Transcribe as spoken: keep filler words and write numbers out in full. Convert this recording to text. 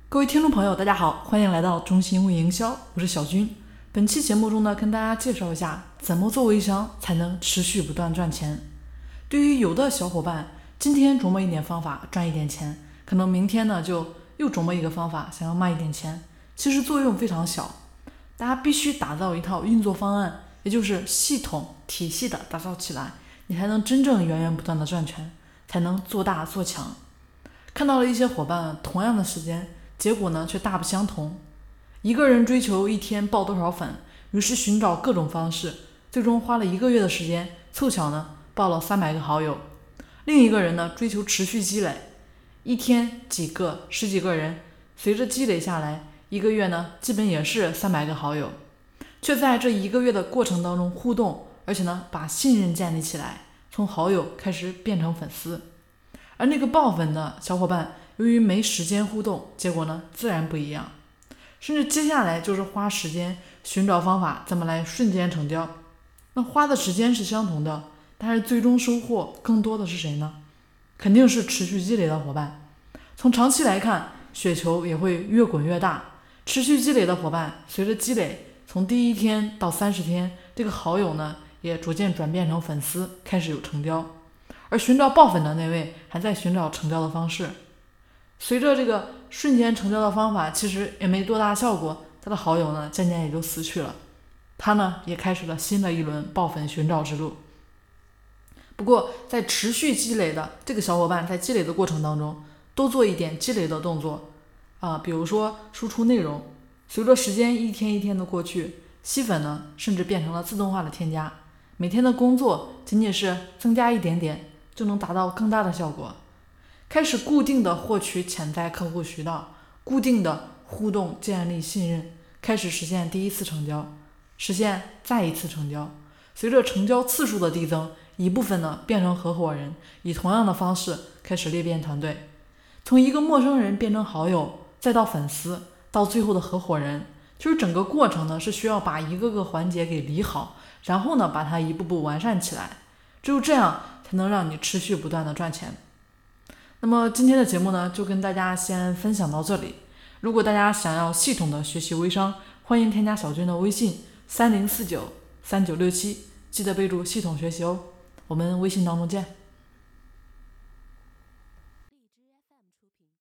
各位听众朋友，大家好，欢迎来到中心微营销，我是小军。本期节目中呢，跟大家介绍一下怎么做微商才能持续不断赚钱。对于有的小伙伴，今天琢磨一点方法赚一点钱，可能明天呢就又琢磨一个方法想要卖一点钱，其实作用非常小。大家必须打造一套运作方案，也就是系统体系的打造起来，你才能真正源源不断的赚钱，才能做大做强。看到了一些伙伴同样的时间，结果呢却大不相同。一个人追求一天爆多少粉，于是寻找各种方式，最终花了一个月的时间，凑巧呢爆了三百个好友。另一个人呢追求持续积累，一天几个十几个人，随着积累下来，一个月呢基本也是三百个好友，却在这一个月的过程当中互动，而且呢把信任建立起来，从好友开始变成粉丝。而那个爆粉的小伙伴，由于没时间互动，结果呢自然不一样。甚至接下来就是花时间寻找方法怎么来瞬间成交。那花的时间是相同的，但是最终收获更多的是谁呢？肯定是持续积累的伙伴。从长期来看，雪球也会越滚越大。持续积累的伙伴，随着积累，从第一天到三十天，这个好友呢也逐渐转变成粉丝，开始有成交。而寻找爆粉的那位还在寻找成交的方式，随着这个瞬间成交的方法其实也没多大效果，他的好友呢渐渐也就死去了，他呢也开始了新的一轮爆粉寻找之路。不过在持续积累的这个小伙伴，在积累的过程当中，多做一点积累的动作啊，比如说输出内容，随着时间一天一天的过去，吸粉呢甚至变成了自动化的添加，每天的工作仅仅是增加一点点，就能达到更大的效果。开始固定的获取潜在客户渠道，固定的互动建立信任，开始实现第一次成交，实现再一次成交。随着成交次数的递增，一部分呢变成合伙人，以同样的方式开始裂变团队。从一个陌生人变成好友，再到粉丝，到最后的合伙人，就是整个过程呢是需要把一个个环节给理好，然后呢把它一步步完善起来，只有这样才能让你持续不断的赚钱。那么今天的节目呢就跟大家先分享到这里。如果大家想要系统的学习微商，欢迎添加小军的微信三零四九三九六七，记得备注系统学习哦。我们微信当中见。